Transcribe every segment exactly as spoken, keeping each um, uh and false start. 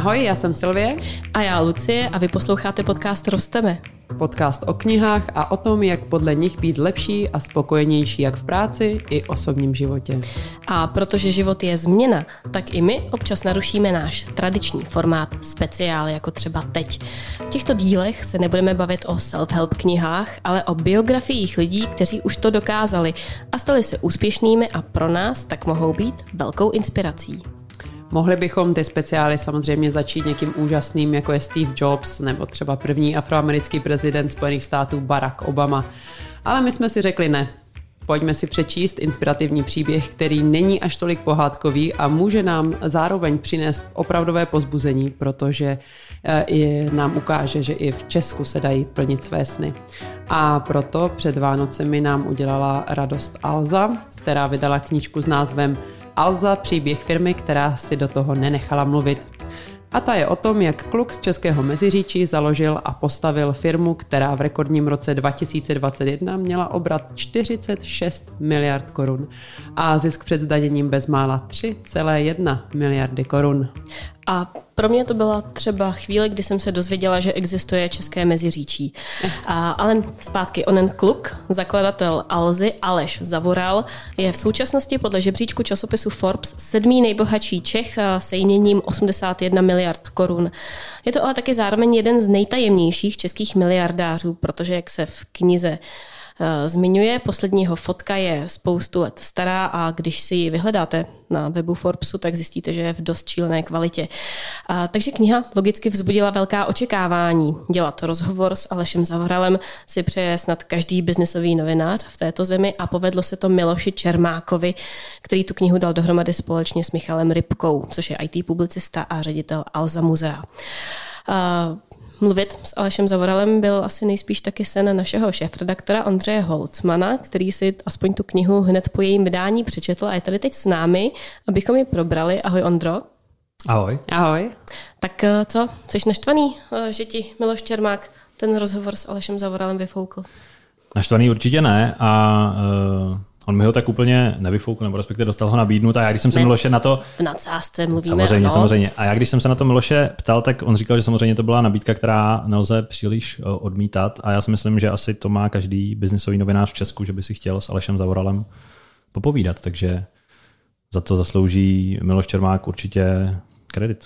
Ahoj, já jsem Sylvie. A já Lucie a vy posloucháte podcast Rosteme. Podcast o knihách a o tom, jak podle nich být lepší a spokojenější jak v práci i osobním životě. A protože život je změna, tak i my občas narušíme náš tradiční formát speciál, jako třeba teď. V těchto dílech se nebudeme bavit o self-help knihách, ale o biografiích lidí, kteří už to dokázali a stali se úspěšnými a pro nás tak mohou být velkou inspirací. Mohli bychom ty speciály samozřejmě začít někým úžasným, jako je Steve Jobs nebo třeba první afroamerický prezident Spojených států Barack Obama. Ale my jsme si řekli ne. Pojďme si přečíst inspirativní příběh, který není až tolik pohádkový a může nám zároveň přinést opravdové povzbuzení, protože i nám ukáže, že i v Česku se dají plnit své sny. A proto před Vánocemi nám udělala radost Alza, která vydala knížku s názvem Alza, příběh firmy, která si do toho nenechala mluvit. A ta je o tom, jak kluk z českého Meziříčí založil a postavil firmu, která v rekordním roce dva tisíce dvacet jedna měla obrat čtyřicet šest miliard korun a zisk před zdaněním bezmála tři celé jedna miliardy korun. A pro mě to byla třeba chvíle, kdy jsem se dozvěděla, že existuje české Meziříčí. A, ale zpátky, onen kluk, zakladatel Alzy, Aleš Zavoral, je v současnosti podle žebříčku časopisu Forbes sedmý nejbohatší Čech se jměním osmdesát jedna miliard korun. Je to ale taky zároveň jeden z nejtajemnějších českých miliardářů, protože jak se v knize zmiňuje, posledního fotka je spoustu let stará a když si ji vyhledáte na webu Forbesu, tak zjistíte, že je v dost šílené kvalitě. A, takže kniha logicky vzbudila velká očekávání. Dělat rozhovor s Alešem Zavoralem si přeje snad každý biznesový novinář v této zemi a povedlo se to Miloši Čermákovi, který tu knihu dal dohromady společně s Michalem Rybkou, což je í té publicista a ředitel Alza muzea. A, Mluvit s Alešem Zavoralem byl asi nejspíš taky sen našeho šéfredaktora Ondřeje Holcmana, který si aspoň tu knihu hned po jejím vydání přečetl a je tady teď s námi, abychom ji probrali. Ahoj, Ondro. Ahoj. Ahoj. Tak co, jsi naštvaný, že ti Miloš Čermák ten rozhovor s Alešem Zavoralem vyfoukl? Naštvaný určitě ne a uh, on mi ho tak úplně nevyfoukl, nebo respektive dostal ho nabídnut a já když jsem Jsme se Miloše na to... V nadsázce mluvíme, Samozřejmě, ano. samozřejmě. A já když jsem se na to Miloše ptal, tak on říkal, že samozřejmě to byla nabídka, která nelze příliš odmítat a já si myslím, že asi to má každý biznisový novinář v Česku, že by si chtěl s Alešem Zavoralem popovídat, takže za to zaslouží Miloš Čermák určitě kredit.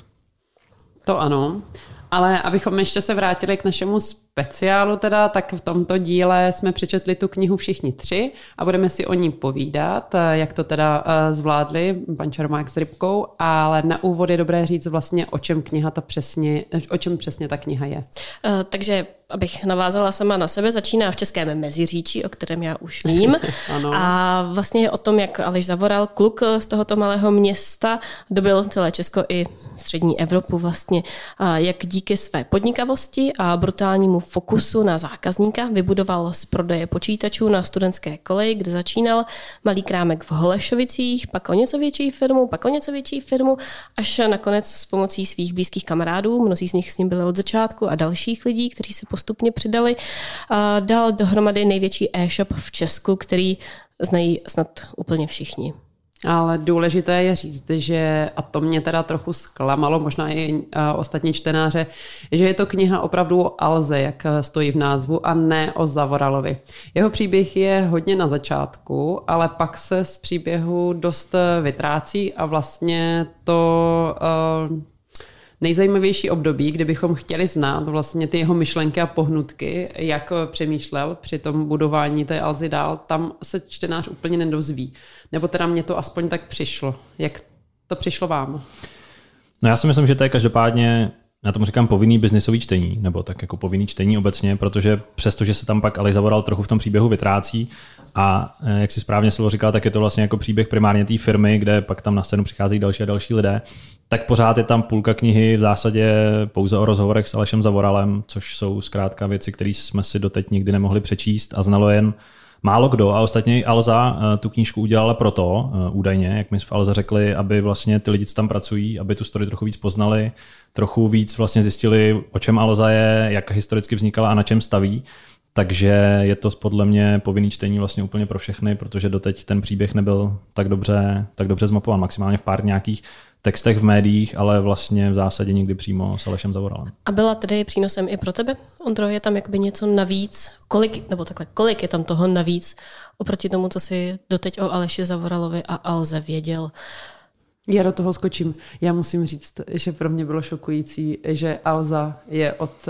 To ano. Ale abychom ještě se vrátili k našemu speciálu, teda, tak v tomto díle jsme přečetli tu knihu všichni tři a budeme si o ní povídat, jak to teda zvládli pan Čermák s Rybkou, ale na úvod je dobré říct vlastně, o čem kniha ta přesně, o čem přesně ta kniha je. Uh, takže abych navázala sama na sebe, začíná v českém Meziříčí, o kterém já už vím. A vlastně je o tom, jak Aleš Zavoral, kluk z tohoto malého města, dobil celé Česko i střední Evropu vlastně, a jak díky své podnikavosti a brutálnímu fokusu na zákazníka vybudoval z prodeje počítačů na studentské koleji, kde začínal malý krámek v Holešovicích, pak o něco větší firmu, pak o něco větší firmu, až nakonec s pomocí svých blízkých kamarádů, mnozí z nich s ním byli od začátku a dalších lidí, kteří se postupně přidali, a dal dohromady největší e-shop v Česku, který znají snad úplně všichni. Ale důležité je říct, že, a to mě teda trochu zklamalo, možná i ostatní čtenáře, že je to kniha opravdu o Alze, jak stojí v názvu, a ne o Zavoralovi. Jeho příběh je hodně na začátku, ale pak se z příběhu dost vytrácí a vlastně to... Uh, nejzajímavější období, kdybychom chtěli znát vlastně ty jeho myšlenky a pohnutky, jak přemýšlel při tom budování té Alzy dál, tam se čtenář úplně nedozví. Nebo teda mně to aspoň tak přišlo. Jak to přišlo vám? No já si myslím, že to je každopádně, já tomu říkám povinný biznisový čtení, nebo tak jako povinný čtení obecně, protože přestože se tam pak Aleš Zavoral trochu v tom příběhu vytrácí a jak si správně slovo říkal, tak je to vlastně jako příběh primárně té firmy, kde pak tam na scénu přicházejí další a další lidé, tak pořád je tam půlka knihy v zásadě pouze o rozhovorech s Alešem Zavoralem, což jsou zkrátka věci, které jsme si doteď nikdy nemohli přečíst a znalo jen málo kdo. A ostatně Alza tu knížku udělala proto, údajně, jak my v Alze řekli, aby vlastně ty lidi, co tam pracují, aby tu story trochu víc poznali, trochu víc vlastně zjistili, o čem Alza je, jak historicky vznikala a na čem staví. Takže je to podle mě povinný čtení vlastně úplně pro všechny, protože doteď ten příběh nebyl tak dobře, tak dobře zmapován, maximálně v pár nějakých textech v médiích, ale vlastně v zásadě nikdy přímo s Alešem Zavoralem. A byla tedy přínosem i pro tebe, Ondro? Je tam jakoby něco navíc? Kolik, nebo takhle, kolik je tam toho navíc oproti tomu, co si doteď o Aleši Zavoralovi a Alze věděl? Já do toho skočím. Já musím říct, že pro mě bylo šokující, že Alza je od uh,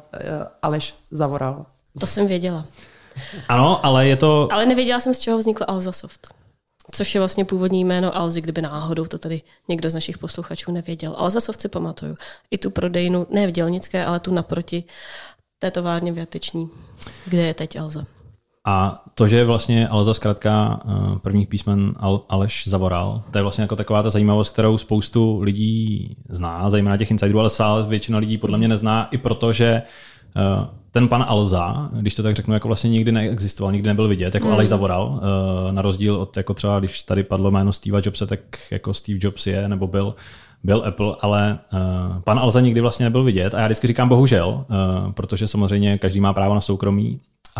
Aleš Zavoral. To jsem věděla. Ano, ale je to... Ale nevěděla jsem, z čeho vznikla Alzasoft. Což je vlastně původní jméno Alzy, kdyby náhodou to tady někdo z našich posluchačů nevěděl. Alzasoft si pamatuju. I tu prodejnu, ne v Dělnické, ale tu naproti té továrně v Jateční, kde je teď Alza. A to, že vlastně Alza zkrátka prvních písmen Al- Aleš Zavoral, to je vlastně jako taková ta zajímavost, kterou spoustu lidí zná, zejména těch insiderů, ale stále většina lidí podle mě nezná, i proto, že ten pan Alza, když to tak řeknu, jako vlastně nikdy neexistoval, nikdy nebyl vidět, jako mm. Aleš Zavoral, na rozdíl od jako třeba, když tady padlo jméno Steva Jobse, tak jako Steve Jobs je, nebo byl, byl Apple, ale pan Alza nikdy vlastně nebyl vidět a já vždycky říkám bohužel, protože samozřejmě každý má právo na soukromí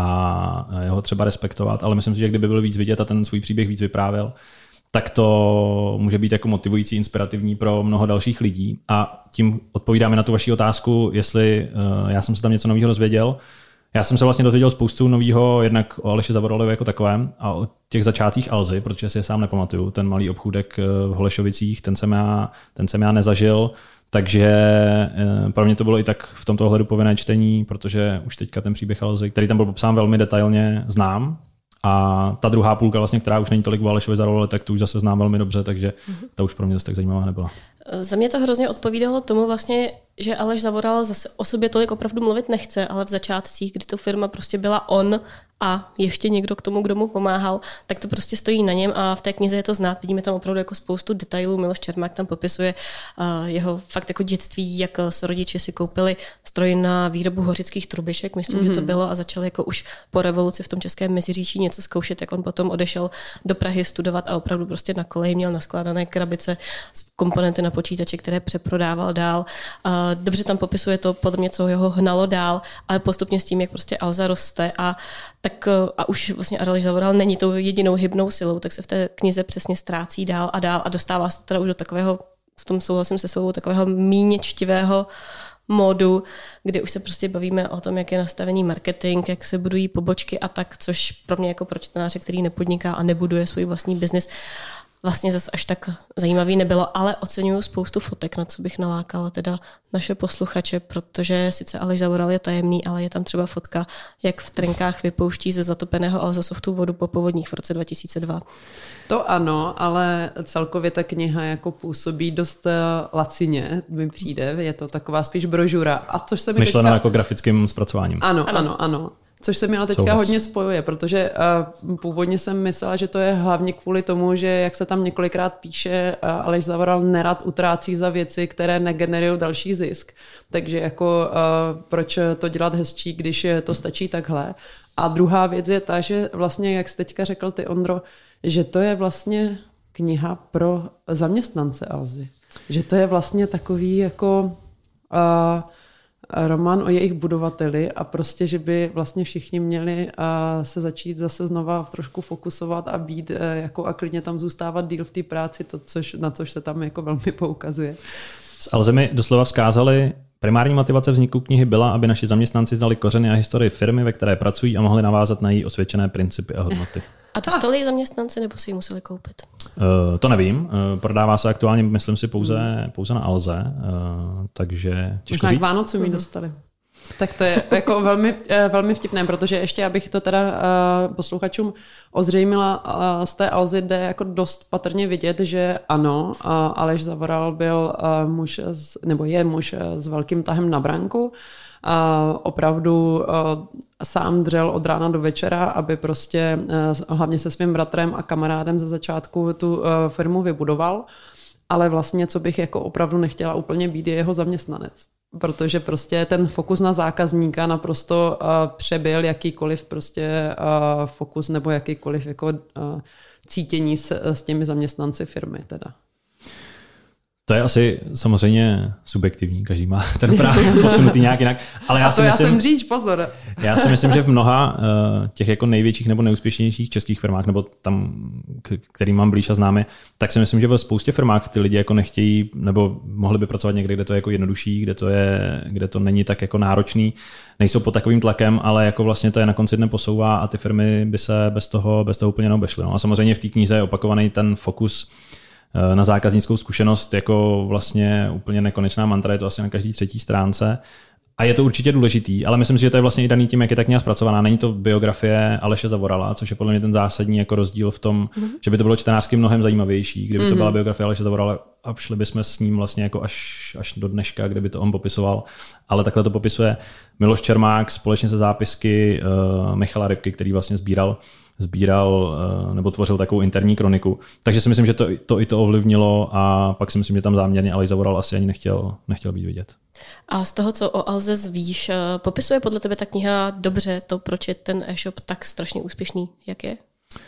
a jeho třeba respektovat, ale myslím si, že kdyby byl víc vidět a ten svůj příběh víc vyprávěl, tak to může být jako motivující, inspirativní pro mnoho dalších lidí. A tím odpovídáme na tu vaši otázku, jestli uh, já jsem se tam něco nového dozvěděl. Já jsem se vlastně dozvěděl spoustu nového, jednak o Aleši Zavoralovi jako takovém a o těch začátcích Alzy, protože si je sám nepamatuju. Ten malý obchůdek v Holešovicích, ten jsem já, ten jsem já nezažil. Takže pro mě to bylo i tak v tomto ohledu povinné čtení, protože už teďka ten příběh Alzy, který tam byl popsán velmi detailně, znám. A ta druhá půlka, vlastně, která už není tolik o Alešovi Zavoralovi, tak tu už zase znám velmi dobře, takže ta už pro mě zase tak zajímavá nebyla. Za mě to hrozně odpovídalo tomu vlastně, že Aleš Zavoral zase o sobě tolik opravdu mluvit nechce, ale v začátcích, kdy to firma prostě byla on a ještě někdo k tomu, kdo mu pomáhal, tak to prostě stojí na něm a v té knize je to znát. Vidíme tam opravdu jako spoustu detailů. Miloš Čermák tam popisuje uh, jeho fakt jako dětství, jak s rodiči si koupili stroj na výrobu hořických trubišek, myslím, mm-hmm. že to bylo, a začal jako už po revoluci v tom českém Meziříčí něco zkoušet, jak on potom odešel do Prahy studovat a opravdu prostě na koleji měl naskládané krabice s komponenty na počítače, které přeprodával dál. Uh, dobře tam popisuje to, podle mě, co ho hnalo dál, ale postupně s tím, jak prostě Alza roste a tak a už vlastně Aleš Zavoral není tou jedinou hybnou silou, tak se v té knize přesně ztrácí dál a dál a dostává se teda už do takového, v tom souhlasím se svou, takového méně čtivého módu, kdy už se prostě bavíme o tom, jak je nastavený marketing, jak se budují pobočky a tak, což pro mě jako pro čtenáře, který nepodniká a nebuduje svůj vlastní biznis, vlastně zase až tak zajímavý nebylo, ale oceňuju spoustu fotek, na co bych nalákala teda naše posluchače, protože sice Aleš Zavoral je tajemný, ale je tam třeba fotka, jak v trenkách vypouští ze zatopeného Alzasoftu vodu po povodních v roce dva tisíce dva. To ano, ale celkově ta kniha jako působí dost lacině, mi přijde, je to taková spíš brožura. A což se mi myšleno teďka... jako grafickým zpracováním. Ano, ano, ano. ano. Což se mi ale teďka hodně spojuje, protože uh, původně jsem myslela, že to je hlavně kvůli tomu, že jak se tam několikrát píše, uh, Aleš Zavoral nerad utrácí za věci, které negenerují další zisk. Takže jako uh, proč to dělat hezčí, když to stačí takhle. A druhá věc je ta, že vlastně, jak jsi teďka řekl ty, Ondro, že to je vlastně kniha pro zaměstnance Alzy. Že to je vlastně takový jako... Uh, román o jejich budovateli a prostě, že by vlastně všichni měli se začít zase znova trošku fokusovat a být jako a klidně tam zůstávat díl v té práci, to, což, na což se tam jako velmi poukazuje. S Alze mi doslova vzkázali, primární motivace vzniku knihy byla, aby naši zaměstnanci znali kořeny a historii firmy, ve které pracují a mohli navázat na její osvědčené principy a hodnoty. A dostali ji zaměstnanci, nebo si ji museli koupit? Uh, to nevím. Uh, prodává se aktuálně, myslím si, pouze, pouze na Alze, uh, takže těžko říct. Možná k Vánocům ji dostali. Tak to je jako velmi, velmi vtipné, protože ještě, abych to teda uh, posluchačům ozřejmila, uh, z té Alzy jde jako dost patrně vidět, že ano, uh, Aleš Zavoral byl uh, muž, z, nebo je muž s velkým tahem na branku. Uh, opravdu uh, sám dřel od rána do večera, aby prostě uh, hlavně se svým bratrem a kamarádem ze začátku tu uh, firmu vybudoval, ale vlastně, co bych jako opravdu nechtěla úplně být, je jeho zaměstnanec. Protože prostě ten fokus na zákazníka naprosto uh, přebyl jakýkoliv prostě uh, fokus nebo jakýkoliv jako uh, cítění s, s těmi zaměstnanci firmy teda. To je asi samozřejmě subjektivní, každý má ten právě posunutý nějak jinak. Ale já A to si já myslím, jsem říč, pozor. Já si myslím, že v mnoha uh, těch jako největších nebo nejúspěšnějších českých firmách, nebo tam, k- kterým mám blíž a známe, tak si myslím, že ve spoustě firmách ty lidi jako nechtějí, nebo mohli by pracovat někde, kde to je jako jednodušší, kde to je, kde to není tak jako náročný, nejsou pod takovým tlakem, ale jako vlastně to je na konci dne posouvá a ty firmy by se bez toho, bez toho úplně neobešly. No a samozřejmě v té knize je opakovaný ten fokus na zákaznickou zkušenost jako vlastně úplně nekonečná mantra, je to asi na každý třetí stránce. A je to určitě důležitý, ale myslím si, že to je vlastně i daný tím, jak je ta kniha zpracovaná. Není to biografie Aleše Zavorala, což je podle mě ten zásadní jako rozdíl v tom, mm-hmm. že by to bylo čtenářsky mnohem zajímavější, kdyby mm-hmm. to byla biografie Aleše Zavorala a šli bychom s ním vlastně jako až, až do dneška, kdyby to on popisoval. Ale takhle to popisuje Miloš Čermák společně se zápisky uh, Michala Rybky, který vlastně sbíral sbíral nebo tvořil takovou interní kroniku. Takže si myslím, že to, to i to ovlivnilo a pak si myslím, že tam záměrně Aleš Zavoral asi ani nechtěl, nechtěl být vidět. A z toho, co o Alze víš, popisuje podle tebe ta kniha dobře to, proč je ten e-shop tak strašně úspěšný, jak je?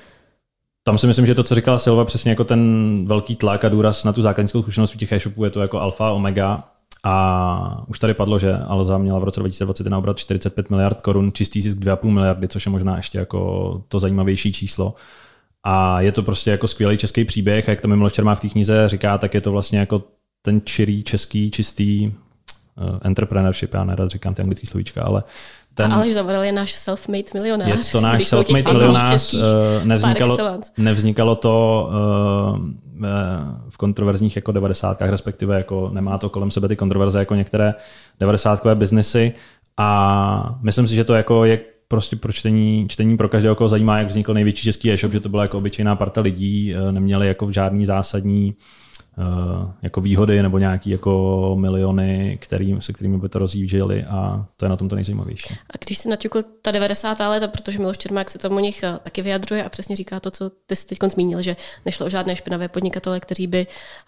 Tam si myslím, že to, co říkala Silva, přesně jako ten velký tlak a důraz na tu zákaznickou zkušenost u těch e-shopů je to jako alfa, omega. A už tady padlo, že Alza měla v roce dva tisíce dvacet jedna obrat čtyřicet pět miliard korun, čistý zisk dvě a půl miliardy, což je možná ještě jako to zajímavější číslo. A je to prostě jako skvělý český příběh, a jak to Miloš Čermák v té knize říká, tak je to vlastně jako ten čirý, český, čistý uh, entrepreneurship, já nerad říkám ty anglický slovíčka, ale ten, a Aleš Zavoral je náš self-made milionář. Je to náš self-made milionář. Nevznikalo, nevznikalo to uh, v kontroverzních jako devadesátkách, respektive jako nemá to kolem sebe ty kontroverze jako některé devadesátkové biznesy. A myslím si, že to jako je prostě pro čtení, čtení pro každého, koho zajímá, jak vznikl největší český e-shop, že to byla jako obyčejná parta lidí, neměli jako žádný zásadní jako výhody nebo nějaký jako miliony, který, se kterými by to rozjížděli a to je na tom to nejzajímavější. A když si naťukl ta devadesátá léta, protože Miloš Čermák se tam o nich taky vyjadřuje a přesně říká to, co ty jsi teď zmínil, že nešlo o žádné špinavé podnikatele, kteří by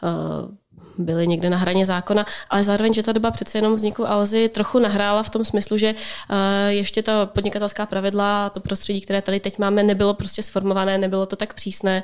uh, byli někde na hraně zákona, ale zároveň, že ta doba přece jenom vzniku Alzy trochu nahrála v tom smyslu, že uh, ještě ta podnikatelská pravidla, to prostředí, které tady teď máme, nebylo prostě sformované, nebylo to tak přísné.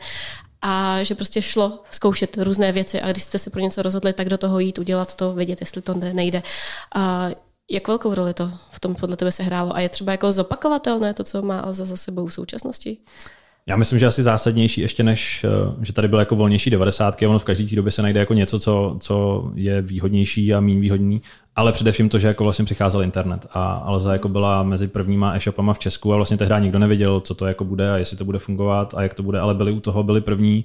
A že prostě šlo zkoušet různé věci a když jste se pro něco rozhodli, tak do toho jít, udělat to, vědět, jestli to nejde. A jak velkou roli to v tom podle tebe se hrálo? A je třeba jako zopakovatelné to, co má Alza za sebou v současnosti? Já myslím, že asi zásadnější ještě než, že tady byly jako volnější devadesátky, ono v každé té době se najde jako něco, co, co je výhodnější a méně výhodný, ale především to, že jako vlastně přicházel internet a Alza jako byla mezi prvníma e-shopama v Česku a vlastně tehdy nikdo nevěděl, co to jako bude a jestli to bude fungovat a jak to bude, ale byli u toho, byli první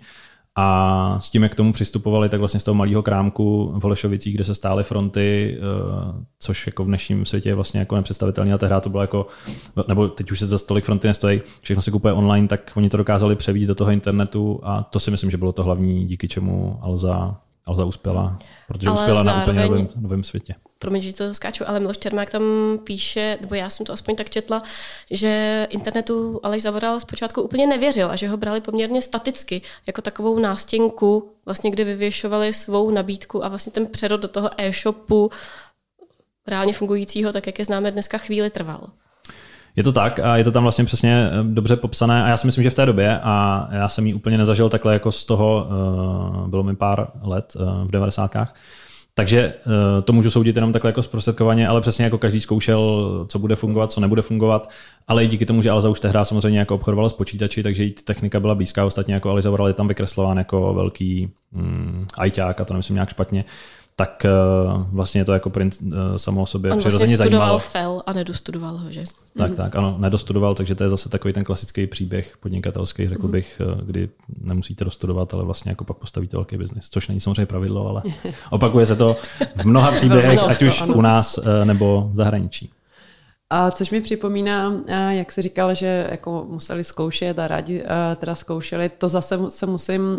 a s tím, jak k tomu přistupovali, tak vlastně z toho malého krámku v Holešovicích, kde se stály fronty, což jako v dnešním světě je vlastně jako nepředstavitelné a tehdy to bylo jako, nebo teď už se za tolik fronty nestojí, všechno se kupuje online, tak oni to dokázali převést do toho internetu a to si myslím, že bylo to hlavní, díky čemu Alza, Alza uspěla, protože ale uspěla zároveň, na úplně novém, novém světě. Promiň, že to skáču, ale Miloš Čermák tam píše, nebo já jsem to aspoň tak četla, že internetu Aleš Zavoral zpočátku úplně nevěřil a že ho brali poměrně staticky, jako takovou nástěnku, vlastně, kde vyvěšovali svou nabídku a vlastně ten přerod do toho e-shopu reálně fungujícího, tak jak je známe dneska, chvíli trval. Je to tak a je to tam vlastně přesně dobře popsané a já si myslím, že v té době, a já jsem ji úplně nezažil takhle jako z toho, bylo mi pár let v devadesátkách, takže to můžu soudit jenom takhle jako zprostředkovaně, ale přesně jako každý zkoušel, co bude fungovat, co nebude fungovat, ale i díky tomu, že Alza už tehdy samozřejmě jako obchodovala s počítači, takže jí technika byla blízká, ostatně jako Aleš Zavoral je tam vykreslován jako velký mm, ajťák a to nemyslím nějak špatně, tak uh, vlastně je to jako print uh, samo o sobě on přirozeně vlastně zajímalo. studoval F E L a nedostudoval ho, že? Tak, mm. tak, ano, nedostudoval, takže to je zase takový ten klasický příběh podnikatelský, řekl mm. bych, kdy nemusíte dostudovat, ale vlastně jako pak postavíte velký biznis, což není samozřejmě pravidlo, ale opakuje se to v mnoha příběhech, ať už u nás nebo v zahraničí. A což mi připomíná, jak jsi říkal, že jako museli zkoušet a rádi teda zkoušeli, to zase se musím,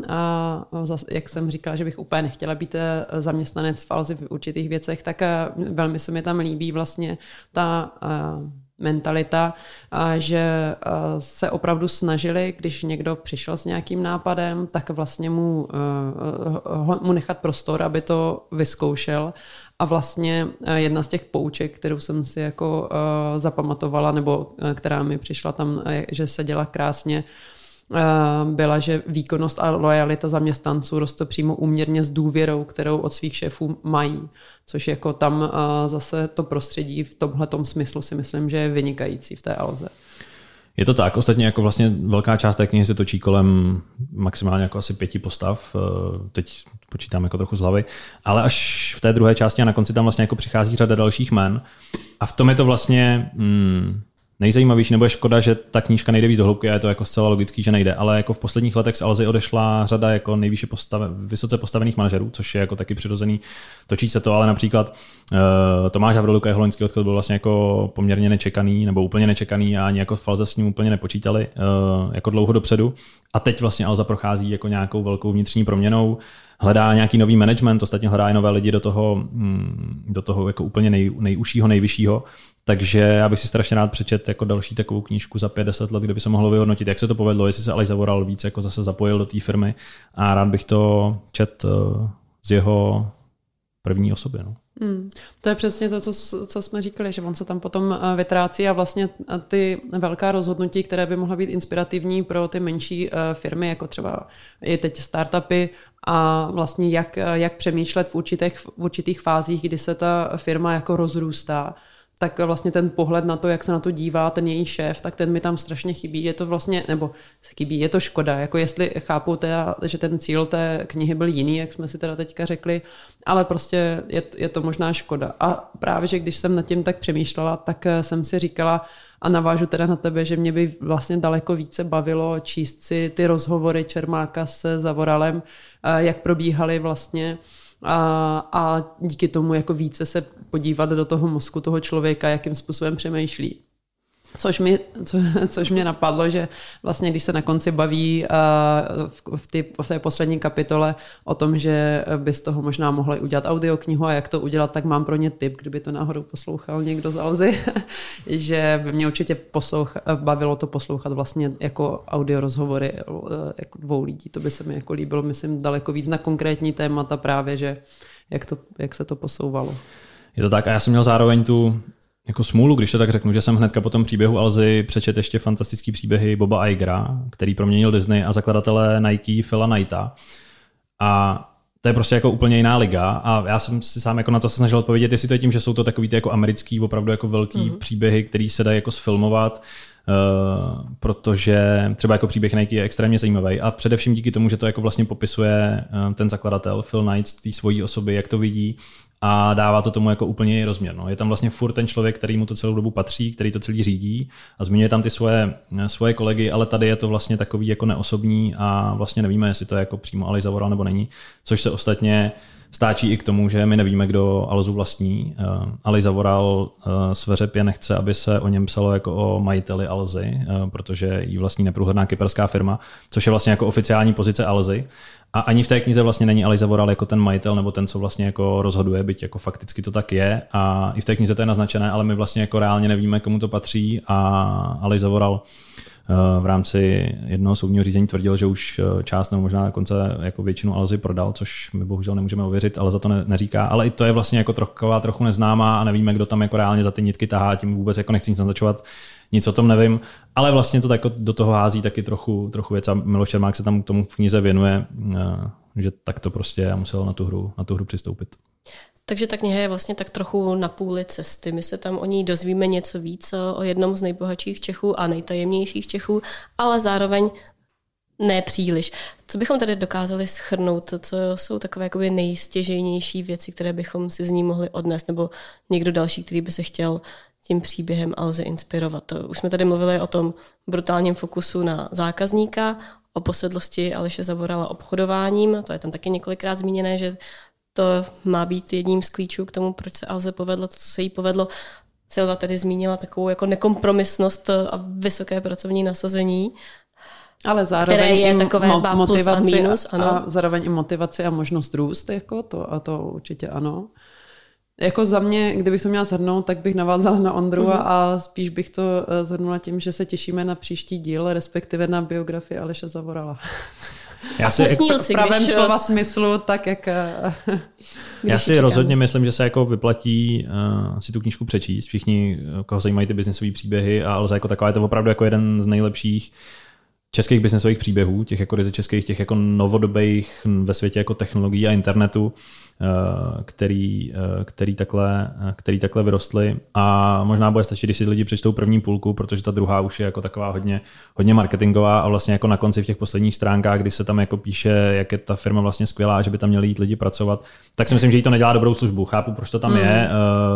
jak jsem říkala, že bych úplně nechtěla být zaměstnanec v Alze v určitých věcech, tak velmi se mi tam líbí vlastně ta mentalita, že se opravdu snažili, když někdo přišel s nějakým nápadem, tak vlastně mu, mu nechat prostor, aby to vyzkoušel. A vlastně jedna z těch pouček, kterou jsem si jako zapamatovala, nebo která mi přišla tam, že se dělá krásně, byla, že výkonnost a lojalita zaměstnanců roste přímo úměrně s důvěrou, kterou od svých šéfů mají. Což jako tam zase to prostředí v tomhletom smyslu si myslím, že je vynikající v té Alze. Je to tak, ostatně jako vlastně velká část té knihy se točí kolem maximálně jako asi pěti postav, teď počítám jako trochu z hlavy, ale až v té druhé části a na konci tam vlastně jako přichází řada dalších jmen a v tom je to vlastně hmm, nejzajímavější, nebo je škoda, že ta knížka nejde víc do hloubky a je to jako zcela logický, že nejde, ale jako v posledních letech z Alzy odešla řada jako nejvýše postaven, vysoce postavených manažerů, což je jako taky přirozený, točí se to, ale například uh, Tomáš Havroduka, jeho loňský odchod byl vlastně jako poměrně nečekaný, nebo úplně nečekaný a ani jako v Alze s ním úplně nepočítali uh, jako dlouho dopředu a teď vlastně Alza prochází jako nějakou velkou vnitřní proměnou, hledá nějaký nový management, ostatně hledá i nové lidi do toho, do toho jako úplně nej, nejužšího, nejvyššího. Takže já bych si strašně rád přečet jako další takovou knížku za pět deset let, kde by se mohlo vyhodnotit, jak se to povedlo, jestli se Aleš Zavoral víc jako zase zapojil do té firmy a rád bych to čet z jeho první osoby. No. Hmm. To je přesně to, co, co jsme říkali, že on se tam potom vytrácí a vlastně ty velká rozhodnutí, které by mohly být inspirativní pro ty menší firmy, jako třeba i teď startupy a vlastně jak, jak přemýšlet v určitých, v určitých fázích, kdy se ta firma jako rozrůstá, tak vlastně ten pohled na to, jak se na to dívá ten její šéf, tak ten mi tam strašně chybí. Je to vlastně, nebo chybí, je to škoda. Jako jestli chápu teda, že ten cíl té knihy byl jiný, jak jsme si teda teďka řekli, ale prostě je, je to možná škoda. A právě, že když jsem nad tím tak přemýšlela, tak jsem si říkala a navážu teda na tebe, že mě by vlastně daleko více bavilo číst si ty rozhovory Čermáka s Zavoralem, jak probíhaly vlastně A, a díky tomu jako více se podívat do toho mozku toho člověka, jakým způsobem přemýšlí. Což, mi, co, což mě napadlo, že vlastně když se na konci baví uh, v, v, ty, v té poslední kapitole o tom, že by z toho možná mohli udělat audioknihu a jak to udělat, tak mám pro ně tip, kdyby to náhodou poslouchal někdo z Alzy, že by mě určitě posloucha, bavilo to poslouchat vlastně jako audio rozhovory uh, jako dvou lidí. To by se mi jako líbilo, myslím, daleko víc na konkrétní témata právě, že jak, to, jak se to posouvalo. Je to tak a já jsem měl zároveň tu jako smůlu, když to tak řeknu, že jsem hnedka po tom příběhu Alzy přečet ještě fantastický příběhy Boba Igera, který proměnil Disney a zakladatele Nike Phila Knighta. A to je prostě jako úplně jiná liga a já jsem si sám jako na to se snažil odpovědět, jestli to je tím, že jsou to takový ty jako americký, opravdu jako velký mm-hmm. příběhy, který se dají jako sfilmovat, uh, protože třeba jako příběh Nike je extrémně zajímavý a především díky tomu, že to jako vlastně popisuje uh, ten zakladatel Phil Knight z té svojí osoby, jak to vidí, a dává to tomu jako úplně jiný rozměr. No. Je tam vlastně furt ten člověk, který mu to celou dobu patří, který to celý řídí a zmiňuje tam ty svoje, svoje kolegy, ale tady je to vlastně takový jako neosobní a vlastně nevíme, jestli to je jako přímo Aleš Zavoral nebo není, což se ostatně stáčí i k tomu, že my nevíme, kdo Alzu vlastní. Uh, Aleš Zavoral uh, sveřepě nechce, aby se o něm psalo jako o majiteli Alzy, uh, protože jí vlastní neprůhledná kyperská firma, což je vlastně jako oficiální pozice Alzy. A ani v té knize vlastně není Aleš Zavoral jako ten majitel nebo ten, co vlastně jako rozhoduje, byť jako fakticky to tak je. A i v té knize to je naznačené, ale my vlastně jako reálně nevíme, komu to patří. A Aleš Zavoral v rámci jednoho soudního řízení tvrdil, že už část nebo možná dokonce jako většinu Alzy prodal, což my bohužel nemůžeme ověřit, ale za to ne, neříká. Ale i to je vlastně jako trochu, trochu neznámá a nevíme, kdo tam jako reálně za ty nitky tahá, tím vůbec jako nechci nic naznačovat, nic o tom nevím, ale vlastně to tak do toho hází taky trochu, trochu věc a Miloš Čermák se tam k tomu v knize věnuje, že tak to prostě já musel na tu hru, na tu hru přistoupit. Takže ta kniha je vlastně tak trochu na půli cesty. My se tam o ní dozvíme něco víc o jednom z nejbohatších Čechů a nejtajemnějších Čechů, ale zároveň ne příliš. Co bychom tady dokázali shrnout? Co jsou takové jakoby nejstěžejnější věci, které bychom si z ní mohli odnést, nebo někdo další, který by se chtěl tím příběhem Alzy inspirovat? To už jsme tady mluvili o tom brutálním fokusu na zákazníka, o posedlosti Aleše Zavorala obchodováním, to je tam taky několikrát zmíněné, že to má být jedním z klíčů k tomu, proč se Alze povedlo, to, co se jí povedlo. Silva tady zmínila takovou jako nekompromisnost a vysoké pracovní nasazení, ale zároveň které je i takové mo- motivaci plus a minus, ano. A zároveň i motivaci a možnost růst, jako to, a to určitě ano. Jako za mě, kdybych to měla shrnout, tak bych navázala na Ondru mm-hmm. a spíš bych to shrnula tím, že se těšíme na příští díl, respektive na biografii Aleše Zavorala. Já si v pravém slova smyslu, tak jak... Já si rozhodně myslím, že se jako vyplatí uh, si tu knížku přečíst. Všichni, koho zajímají ty biznesové příběhy a Alza jako taková, je to opravdu jako jeden z nejlepších českých biznesových příběhů, těch jako ryze českých, těch jako novodobých ve světě jako technologií a internetu, který, který, takhle, který takhle vyrostly. A možná bude stačit, když si lidi přečtou první půlku, protože ta druhá už je jako taková hodně, hodně marketingová a vlastně jako na konci v těch posledních stránkách, kdy se tam jako píše, jak je ta firma vlastně skvělá, že by tam měli jít lidi pracovat, tak si myslím, že jí to nedělá dobrou službu. Chápu, proč to tam mm. je,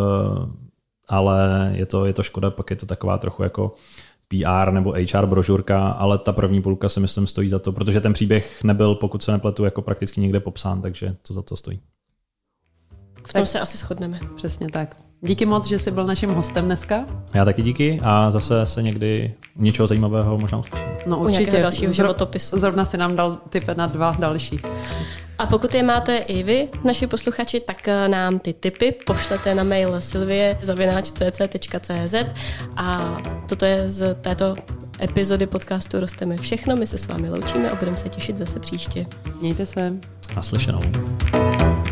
ale je to, je to škoda, pak je to taková trochu jako P R nebo H R brožurka, ale ta první půlka si myslím stojí za to, protože ten příběh nebyl, pokud se nepletu, jako prakticky nikde popsán, takže to za to stojí. V tom se asi shodneme. Přesně tak. Díky moc, že jsi byl naším hostem dneska. Já taky díky a zase se někdy něčeho zajímavého možná uslyšíme. No určitě. U dalšího životopisu. Zrovna si nám dal tipy na dva další. A pokud je máte i vy, naši posluchači, tak nám ty tipy pošlete na mail silvie zavináč c c tečka c z a toto je z této epizody podcastu Rosteme všechno. My se s vámi loučíme a budeme se těšit zase příště. Mějte se. Naslyšenou.